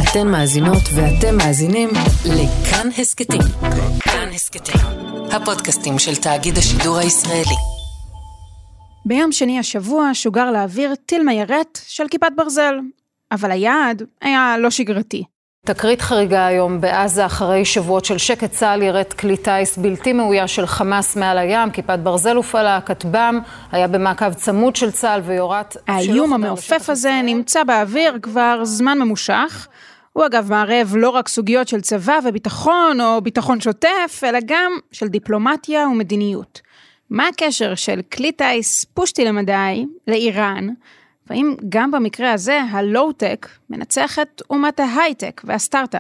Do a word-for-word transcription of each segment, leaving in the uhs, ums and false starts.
אתן מאזינות ואתם מאזינים לכאן הסקטים. כאן הסקטים, הפודקאסטים של תאגיד השידור הישראלי. ביום שני השבוע שוגר לאוויר טיל מיירט של כיפת ברזל, אבל היעד היה לא שגרתי. תקרית חריגה היום בעזה אחרי שבועות של שקט. צה"ל ירט כלי טייס בלתי מאויש של חמאס מעל הים, כיפת ברזל הופעלה, כטב"ם היה במעקב צמוד של צה"ל ויורת... האיום המעופף הזה נמצא באוויר כבר זמן ממושך. הוא אגב מערב לא רק סוגיות של צבא וביטחון או ביטחון שוטף, אלא גם של דיפלומטיה ומדיניות. מה הקשר של כלי טייס פושטי למדי לאיראן, והאם גם במקרה הזה הלואו-טק מנצח את אומת ההייטק והסטארט-אפ?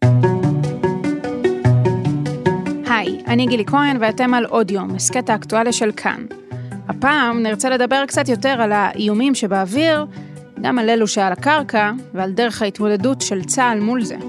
היי, אני גילי כהן ואתם על עוד יום, הסקט האקטואליה של כאן. הפעם נרצה לדבר קצת יותר על האיומים שבאוויר, גם על אלו שעל הקרקע ועל דרך ההתמודדות של צה"ל מול זה.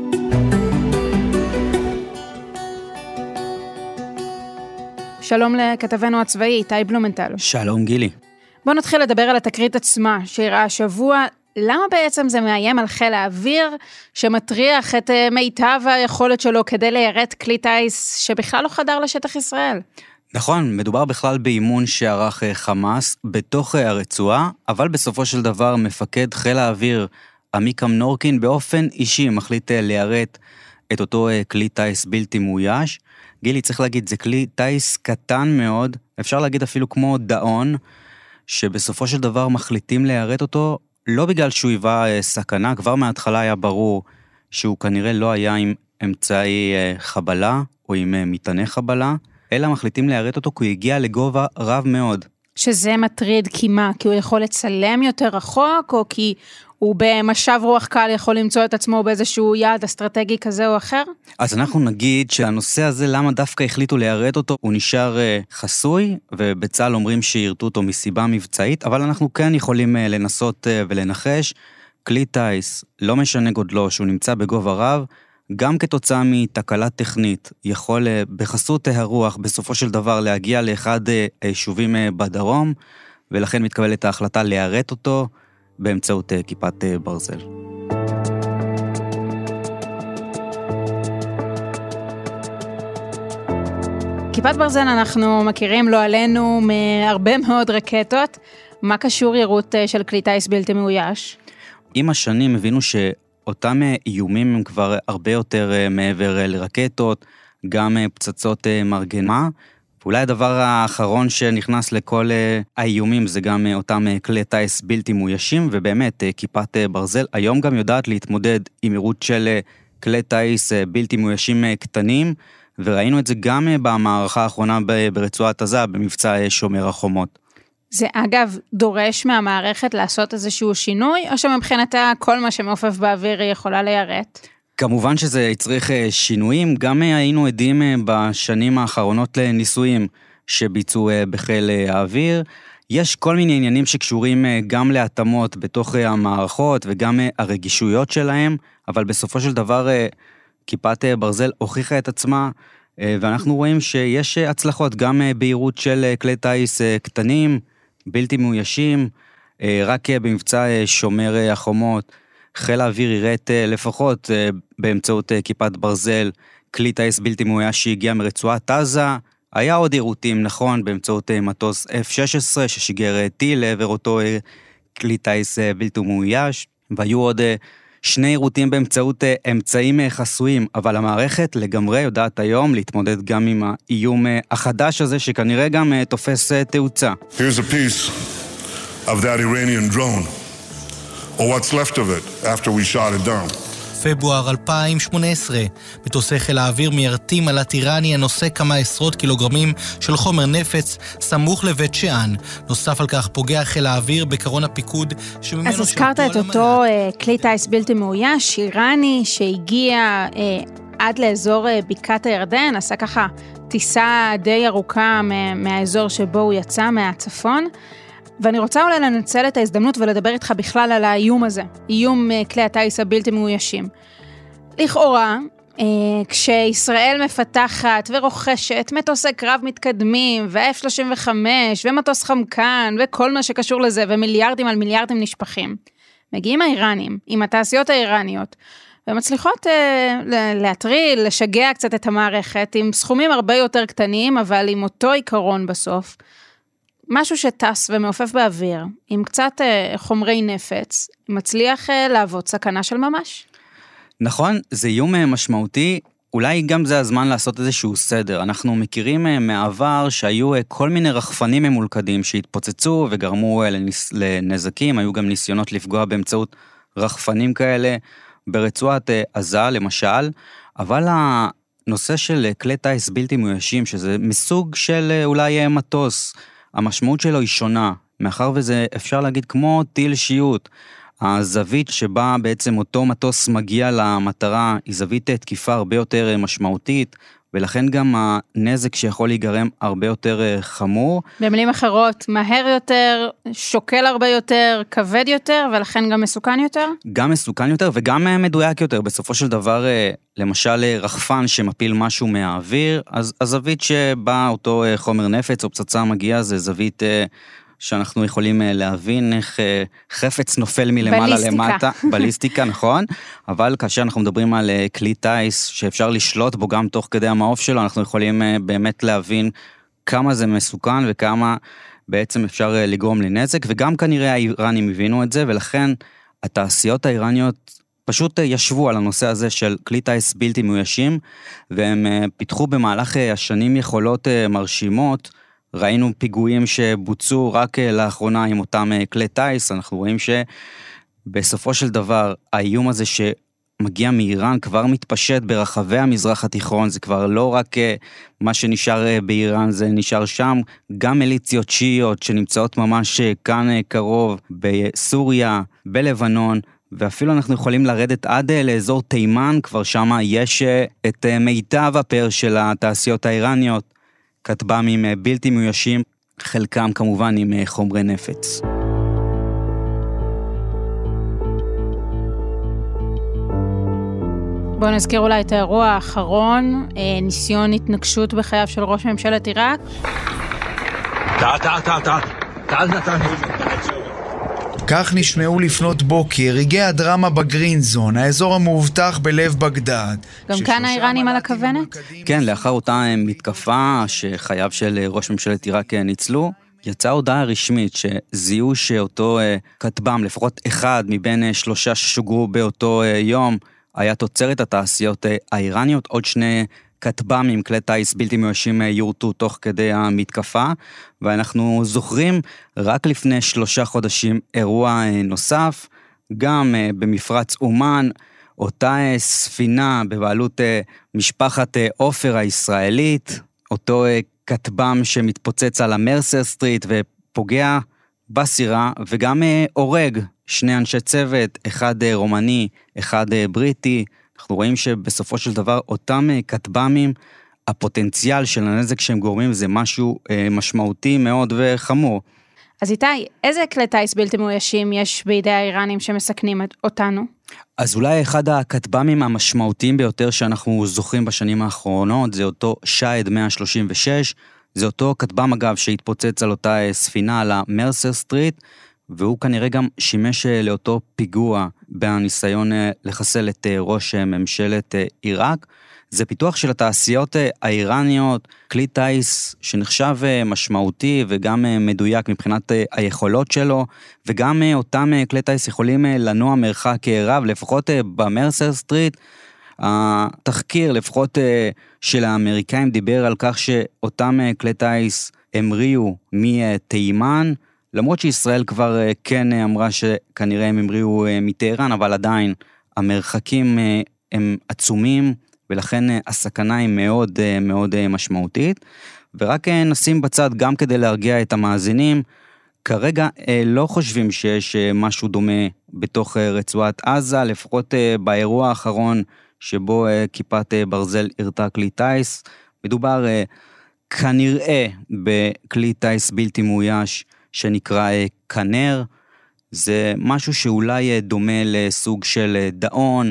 שלום לכתבנו הצבאי, איתי בלומנטל. שלום גילי. בואו נתחיל לדבר על התקרית עצמה, שהראה השבוע. למה בעצם זה מאיים על חיל האוויר, שמטריח את מיטב היכולת שלו כדי ליירט כלי טייס שבכלל לא חדר לשטח ישראל? נכון, מדובר בכלל באימון שערך חמאס בתוך הרצועה, אבל בסופו של דבר מפקד חיל האוויר עמיקם נורקין באופן אישי מחליט ליירט את אותו כלי טייס בלתי מאויש. גילי, צריך להגיד, זה כלי טייס קטן מאוד, אפשר להגיד אפילו כמו דאון, שבסופו של דבר מחליטים ליירט אותו, לא בגלל שהוא היווה סכנה, כבר מההתחלה היה ברור שהוא כנראה לא היה עם אמצעי חבלה, או עם מטעני חבלה, אלא מחליטים ליירט אותו כי הוא הגיע לגובה רב מאוד. שזה מטריד כי מה? כי הוא יכול לצלם יותר רחוק, או כי הוא במשב רוח קל יכול למצוא את עצמו באיזשהו יעד אסטרטגי כזה או אחר? אז אנחנו נגיד שהנושא הזה, למה דווקא החליטו ליירט אותו, הוא נשאר חסוי, ובצה"ל אומרים שירטו אותו מסיבה מבצעית, אבל אנחנו כן יכולים לנסות ולנחש, כלי טייס, לא משנה גודלו, שהוא נמצא בגובה רב, גם כתוצאה מתקלה טכנית, יכול בחסות הרוח בסופו של דבר להגיע לאחד היישובים בדרום, ולכן מתקבלת ההחלטה ליירט אותו באמצעות כיפת ברזל. כיפת ברזל אנחנו מכירים לא עלינו מהרבה מאוד רקטות. מה קשור יירוט של כלי טייס בלתי מאויש? עם השנים הבינו ש... אותם איומים הם כבר הרבה יותר מעבר לרקטות, גם פצצות מרגמה, ואולי הדבר האחרון שנכנס לכל האיומים זה גם אותם כלי טייס בלתי מאוישים, ובאמת כיפת ברזל היום גם יודעת להתמודד עם יירוט של כלי טייס בלתי מאוישים קטנים, וראינו את זה גם במערכה האחרונה ברצועת עזה, במבצע שומר החומות. זה אגב דורש מהמערכת לעשות איזשהו שינוי, או שמבחינתה כל מה שמעופף באוויר היא יכולה ליירט? כמובן שזה יצריך שינויים, גם היינו עדים בשנים האחרונות לניסויים שביצעו בחיל האוויר, יש כל מיני עניינים שקשורים גם להתאמות בתוך המערכות וגם הרגישויות שלהם, אבל בסופו של דבר כיפת ברזל הוכיחה את עצמה, ואנחנו רואים שיש הצלחות גם ביירוט של כלי טייס קטנים, בלתי מאוישים, רק במבצע שומר החומות, חיל האוויר יירט לפחות באמצעות כיפת ברזל, כלי טייס בלתי מאויש שהגיע מרצועת עזה, היה עוד יירוטים, נכון, באמצעות מטוס אף שש עשרה ששיגר טיל לעבר אותו כלי טייס בלתי מאויש, והיו עוד שני יירוטים באמצעות אמצעים חסויים, אבל המערכת לגמרי יודעת היום להתמודד גם עם האיום החדש הזה, שכנראה גם תופס תאוצה. Here's a piece of that Iranian drone, or what's left of it after we shot it down. פברואר אלפיים שמונה עשרה, מטוסי חיל האוויר מיירטים על איראני הנושא כמה עשרות קילוגרמים של חומר נפץ סמוך לבית שאן. נוסף על כך פוגע חיל האוויר בקרון הפיקוד שממנו... אז הזכרת את אותו uh, כלי טייס בלתי מאויש, איראני, שהגיע uh, עד לאזור uh, בקעת הירדן, עשה ככה טיסה די ארוכה מהאזור שבו הוא יצא מהצפון, ואני רוצה אולי לנצל את ההזדמנות ולדבר איתך בכלל על האיום הזה, איום כלי הטייס הבלתי מאוישים. לכאורה, כשישראל מפתחת ורוכשת מטוסי קרב מתקדמים, ו-אף שלושים וחמש, ומטוס חמקן, וכל מה שקשור לזה, ומיליארדים על מיליארדים נשפכים, מגיעים האיראנים, עם התעשיות האיראניות, ומצליחות להטריל, לשגע קצת את המערכת, עם סכומים הרבה יותר קטנים, אבל עם אותו עיקרון בסוף. משהו שטס ומעופף באוויר, עם קצת חומרי נפץ, מצליח להוות סכנה של ממש. נכון, זה איום משמעותי, אולי גם זה הזמן לעשות איזשהו סדר. אנחנו מכירים מעבר שהיו כל מיני רחפנים ממולכדים שהתפוצצו וגרמו לנס... לנזקים, היו גם ניסיונות לפגוע באמצעות רחפנים כאלה ברצועת עזה למשל, אבל הנושא של כלי טייס בלתי מאוישים, שזה מסוג של אולי מטוס, המשמעות שלו היא שונה, מאחר וזה אפשר להגיד כמו טיל שיוט, הזווית שבה בעצם אותו מטוס מגיע למטרה היא זווית תקיפה הרבה יותר משמעותית, ולכן גם הנזק שיכול להיגרם הרבה יותר חמור. במילים אחרות, מהר יותר, שוקל הרבה יותר, כבד יותר, ולכן גם מסוכן יותר? גם מסוכן יותר וגם מדויק יותר. בסופו של דבר, למשל רחפן שמפיל משהו מהאוויר, אז הזווית שבה אותו חומר נפץ או פצצה מגיע, זה זווית שאנחנו יכולים להבין איך חפץ נופל מלמעלה למטה. בליסטיקה, נכון. אבל כאשר אנחנו מדברים על כלי טייס שאפשר לשלוט בו גם תוך כדי המעוף שלו, אנחנו יכולים באמת להבין כמה זה מסוכן וכמה בעצם אפשר לגרום לנזק, וגם כנראה האיראנים הבינו את זה, ולכן התעשיות האיראניות פשוט ישבו על הנושא הזה של כלי טייס בלתי מאוישים, והם פיתחו במהלך השנים יכולות מרשימות. ראינו פיגועים שבוצעו רק לאחרונה עם אותם כלי טייס, אנחנו רואים שבסופו של דבר האיום הזה שמגיע מאיראן כבר מתפשט ברחבי המזרח התיכון, זה כבר לא רק מה שנשאר באיראן, זה נשאר שם, גם מיליציות שיעיות שנמצאות ממש כאן קרוב, בסוריה, בלבנון, ואפילו אנחנו יכולים לרדת עד לאזור תימן, כבר שם יש את מיטב הפר של התעשיות האיראניות, כטב"מים בלתי מאוישים, חלקם כמובן עם חומרי נפץ. בואו נזכיר אולי את האירוע האחרון, ניסיון התנגשות בחייו של ראש ממשלת עיראק. תעל, תעל, תעל, תעל, תעל, תעל. כך נשמעו לפנות בוקר רגעי הדרמה בגרינזון, האזור המאובטח בלב בגדד. גם כאן האיראנים על הכוונת? כן, לאחר אותה מתקפה שחייו של ראש ממשלת עיראק ניצלו, יצאה הודעה רשמית שזיהו שאותו כטב"ם, לפחות אחד מבין שלושה ששוגרו באותו יום, היה תוצרת התעשיות האיראניות, עוד שני כטב"מים, כלי טייס בלתי מאוישים יורטו תוך כדי המתקפה, ואנחנו זוכרים רק לפני שלושה חודשים אירוע נוסף, גם במפרץ אומן, אותה ספינה בבעלות משפחת אופר הישראלית, אותו כטב"ם שמתפוצץ על המרסר סטריט ופוגע בסירה, וגם הורג שני אנשי צוות, אחד רומני, אחד בריטי. אנחנו רואים שבסופו של דבר אותם כטב"מים, הפוטנציאל של הנזק שהם גורמים זה משהו משמעותי מאוד וחמור. אז איתי, איזה כלי טייס בלתי מאוישים יש בידי האיראנים שמסכנים אותנו? אז אולי אחד הכטב"מים המשמעותיים ביותר שאנחנו זוכרים בשנים האחרונות, זה אותו שייד מאה שלושים ושש, זה אותו כטב"ם אגב שהתפוצץ על אותה ספינה על המרסר סטריט, והוא כנראה גם שימש לאותו פיגוע בניסיון לחסל את ראש ממשלת עיראק. זה פיתוח של התעשיות האיראניות, כלי טייס שנחשב משמעותי וגם מדויק מבחינת היכולות שלו, וגם אותם כלי טייס יכולים לנוע מרחק רב, לפחות במרסר סטריט. התחקיר, לפחות של האמריקאים, דיבר על כך שאותם כלי טייס המריאו מתימן, למרות שישראל כבר כן אמרה שכנראה הם המריאו מטהרן, אבל עדיין המרחקים הם עצומים, ולכן הסכנה היא מאוד מאוד משמעותית. ורק נשים בצד גם כדי להרגיע את המאזינים, כרגע לא חושבים שיש משהו דומה בתוך רצועת עזה, לפחות באירוע האחרון שבו כיפת ברזל הרתה כלי טייס, מדובר כנראה בכלי טייס בלתי מאויש שנקרא כנר, זה משהו שאולי דומה לסוג של דאון,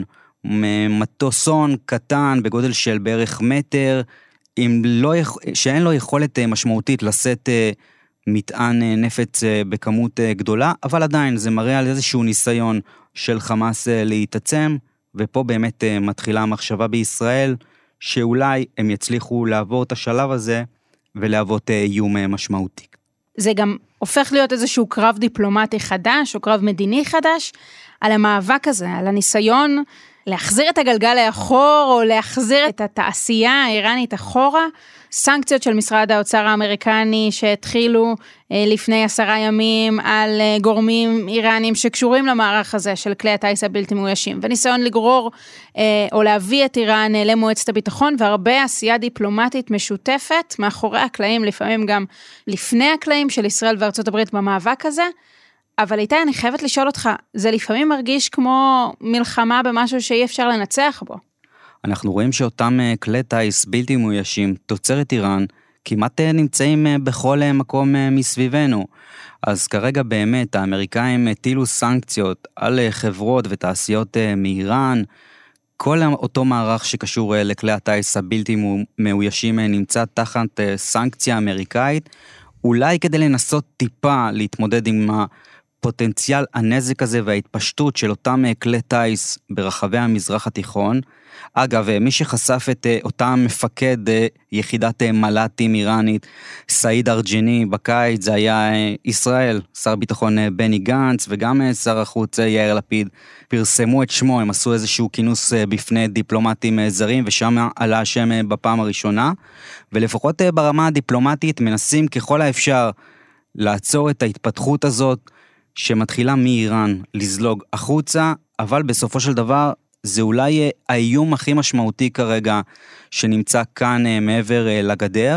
מטוסון קטן בגודל של בערך מטר, עם לא, שאין לו יכולת משמעותית לשאת מטען נפץ בכמות גדולה, אבל עדיין זה מראה על איזשהו ניסיון של חמאס להתעצם, ופה באמת מתחילה המחשבה בישראל, שאולי הם יצליחו לעבור את השלב הזה, ולהוות איום משמעותי. זה גם הופך להיות איזשהו קרב דיפלומטי חדש, או קרב מדיני חדש, על המאבק הזה, על הניסיון להחזיר את הגלגל לאחור, או להחזיר את התעשייה האיראנית אחורה, סנקציות של משרד האוצר האמריקני שהתחילו לפני עשרה ימים על גורמים איראנים שקשורים למערך הזה של כלי הטייס הבלתי מאוישים, וניסיון לגרור או להביא את איראן למועצת הביטחון, והרבה עשייה דיפלומטית משותפת מאחורי הקלעים, לפעמים גם לפני הקלעים של ישראל וארצות הברית במאבק הזה. אבל איתי, אני חייבת לשאול אותך, זה לפעמים מרגיש כמו מלחמה במשהו שאי אפשר לנצח בו. אנחנו רואים שאותם כלי טייס בלתי מאוישים, תוצרת איראן, כמעט נמצאים בכל מקום מסביבנו. אז כרגע באמת האמריקאים הטילו סנקציות על חברות ותעשיות מאיראן, כל אותו מערך שקשור לכלי הטייס הבלתי מאוישים נמצא תחת סנקציה אמריקאית, אולי כדי לנסות טיפה להתמודד עם הפוטנציאל הנזק הזה וההתפשטות של אותם כלי טייס ברחבי המזרח התיכון. אגב, מי שחשף את אותם מפקד יחידת מל"טים איראנית, סעיד ארג'ני, בקיץ, זה היה ישראל, שר ביטחון בני גנץ, וגם שר החוץ יאיר לפיד, פרסמו את שמו, הם עשו איזשהו כינוס בפני דיפלומטים זרים, ושם עלה השם בפעם הראשונה, ולפחות ברמה הדיפלומטית מנסים ככל האפשר לעצור את ההתפתחות הזאת, שמתחילה מאיראן לזלוג החוצה, אבל בסופו של דבר, זה אולי האיום הכי משמעותי כרגע, שנמצא כאן מעבר לגדר,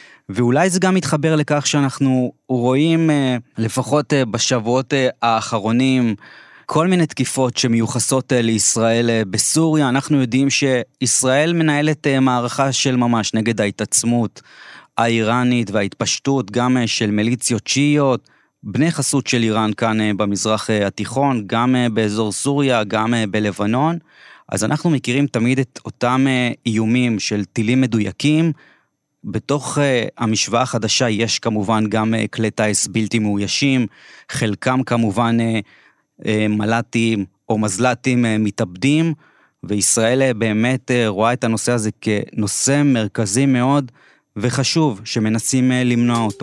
ואולי זה גם מתחבר לכך שאנחנו רואים, לפחות בשבועות האחרונים, כל מיני תקיפות שמיוחסות לישראל בסוריה. אנחנו יודעים שישראל מנהלת מערכה של ממש נגד ההתעצמות האיראנית וההתפשטות גם של מיליציות שיעיות, בני חסות של איראן כאן במזרח התיכון, גם באזור סוריה, גם בלבנון. אז אנחנו מכירים תמיד את אותם איומים של טילים מדויקים. בתוך המשוואה החדשה יש כמובן גם כלי טייס בלתי מאוישים, חלקם כמובן מל"טים או מזל"טים מתאבדים, וישראל באמת רואה את הנושא הזה כנושא מרכזי מאוד וחשוב שמנסים למנוע אותו.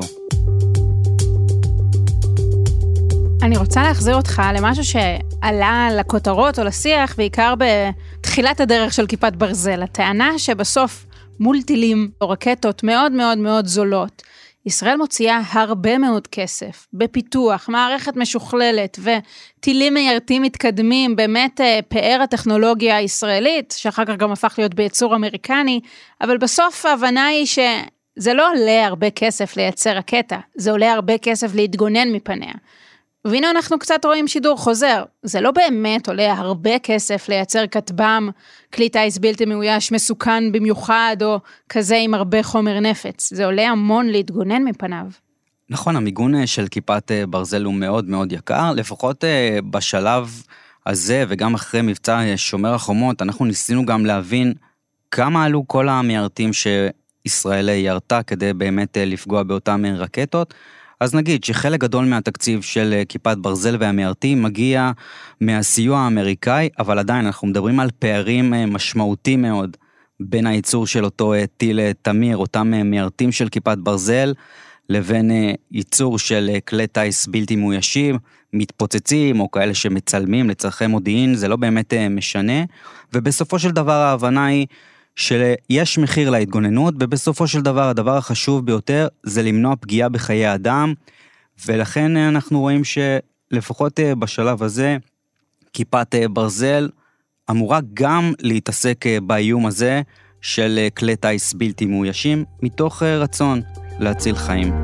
אני רוצה להחזיר אותך למשהו שעלה לכותרות או לשיח, בעיקר בתחילת הדרך של כיפת ברזל. הטענה שבסוף מול טילים או רקטות מאוד מאוד מאוד זולות, ישראל מוציאה הרבה מאוד כסף בפיתוח, מערכת משוכללת וטילים מיירטים מתקדמים, באמת פאר הטכנולוגיה הישראלית, שאחר כך גם הפך להיות בייצור אמריקני, אבל בסוף ההבנה היא שזה לא עולה הרבה כסף לייצר רקטה, זה עולה הרבה כסף להתגונן מפניה. והנה אנחנו קצת רואים שידור חוזר, זה לא באמת עולה הרבה כסף לייצר כטב"ם, כלי טייס בלתי מאויש מסוכן במיוחד, או כזה עם הרבה חומר נפץ, זה עולה המון להתגונן מפניו. נכון, המיגון של כיפת ברזל הוא מאוד מאוד יקר, לפחות בשלב הזה וגם אחרי מבצע שומר החומות, אנחנו ניסינו גם להבין כמה עלו כל המיירטים שישראל ירתה כדי באמת לפגוע באותם רקטות, אז נגיד שחלק גדול מהתקציב של כיפת ברזל והמיירטים מגיע מהסיוע האמריקאי, אבל עדיין אנחנו מדברים על פערים משמעותיים מאוד בין הייצור של אותו טיל תמיר, אותם מיירטים של כיפת ברזל, לבין ייצור של כלי טייס בלתי מאוישים, מתפוצצים או כאלה שמצלמים לצרכי מודיעין, זה לא באמת משנה, ובסופו של דבר ההבנה היא שיש מחיר להתגוננות, ובסופו של דבר הדבר החשוב ביותר זה למנוע פגיעה בחיי אדם, ולכן אנחנו רואים שלפחות בשלב הזה, כיפת ברזל אמורה גם להתעסק באיום הזה של כלי טייס בלתי מאוישים, מתוך רצון להציל חיים.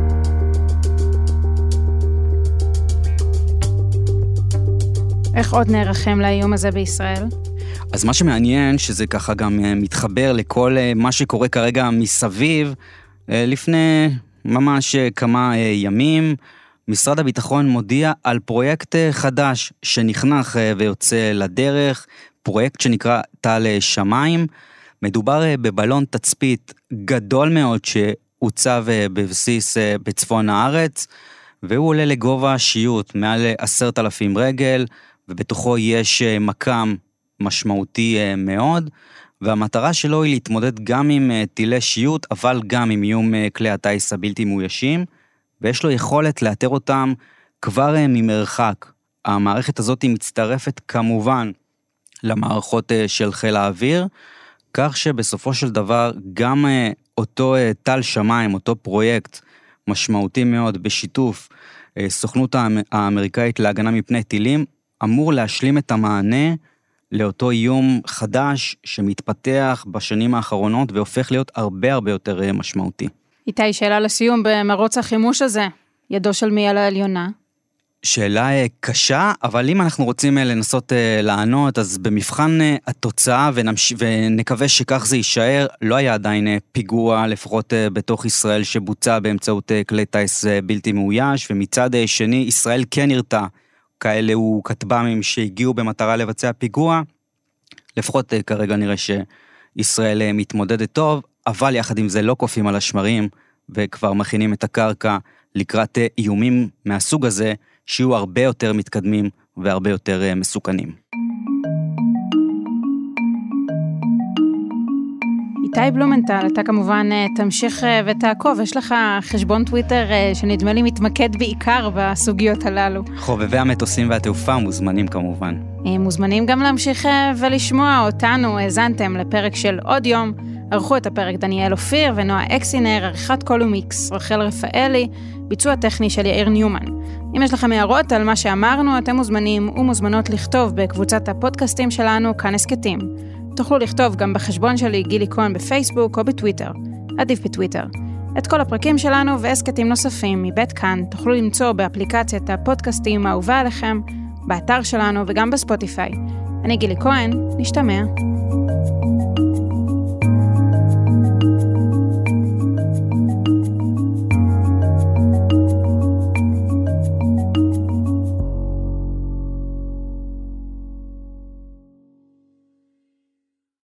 איך עוד נערכים לאיום הזה בישראל? אז מה שמעניין שזה ככה גם מתחבר לכל מה שקורה כרגע מסביב. לפני ממש כמה ימים, משרד הביטחון מודיע על פרויקט חדש שנכנס ויוצא לדרך, פרויקט שנקרא טל שמיים. מדובר בבלון תצפית גדול מאוד שהוצב בבסיס בצפון הארץ, והוא עולה לגובה שיוט מעל עשרת אלפים רגל, ובתוכו יש מקם משמעותי מאוד, והמטרה שלו היא להתמודד גם עם טילי שיוט, אבל גם עם איום כלי הטייס הבלתי מאוישים, ויש לו יכולת לאתר אותם כבר ממרחק. המערכת הזאת היא מצטרפת כמובן למערכות של חיל האוויר, כך שבסופו של דבר גם אותו טל שמיים, אותו פרויקט משמעותי מאוד בשיתוף סוכנות האמריקאית להגנה מפני טילים, אמור להשלים את המענה לאותו איום חדש שמתפתח בשנים האחרונות והופך להיות הרבה הרבה יותר משמעותי. איתי, שאלה לסיום, במרוץ החימוש הזה, ידו של מי על העליונה? שאלה קשה, אבל אם אנחנו רוצים לנסות לענות, אז במבחן התוצאה ונמש... ונקווה שכך זה יישאר, לא היה עדיין פיגוע, לפחות בתוך ישראל, שבוצע באמצעות כלי טייס בלתי מאויש, ומצד שני, ישראל כן הרתה כאלה הוא כטב"מים שהגיעו במטרה לבצע פיגוע, לפחות כרגע נראה שישראל מתמודדת טוב, אבל יחד עם זה לא קופים על השמרים, וכבר מכינים את הקרקע לקראת איומים מהסוג הזה, שיהיו הרבה יותר מתקדמים והרבה יותר מסוכנים. איתי בלומנטל, אתה כמובן תמשיך ותעקוב, יש לך חשבון טוויטר שנדמה לי מתמקד בעיקר בסוגיות הללו. חובבי המטוסים והתעופה מוזמנים כמובן. מוזמנים גם להמשיך ולשמוע אותנו, האזנתם לפרק של עוד יום, ערכו את הפרק דניאל אופיר ונועה אקסינר, עריכת קול ומיקס, רחל רפאלי, ביצוע טכני של יאיר ניומן. אם יש לכם הערות על מה שאמרנו, אתם מוזמנים ומוזמנות לכתוב בקבוצת הפודקאסטים שלנו, כאן הסקטים. תוכלו לכתוב גם בחשבון שלי גילי כהן בפייסבוק או בטוויטר, עדיף בטוויטר. את כל הפרקים שלנו והסקטים נוספים מבית כאן תוכלו למצוא באפליקציית הפודקאסטים האהובה עליכם, באתר שלנו וגם בספוטיפיי. אני גילי כהן, נשתמע.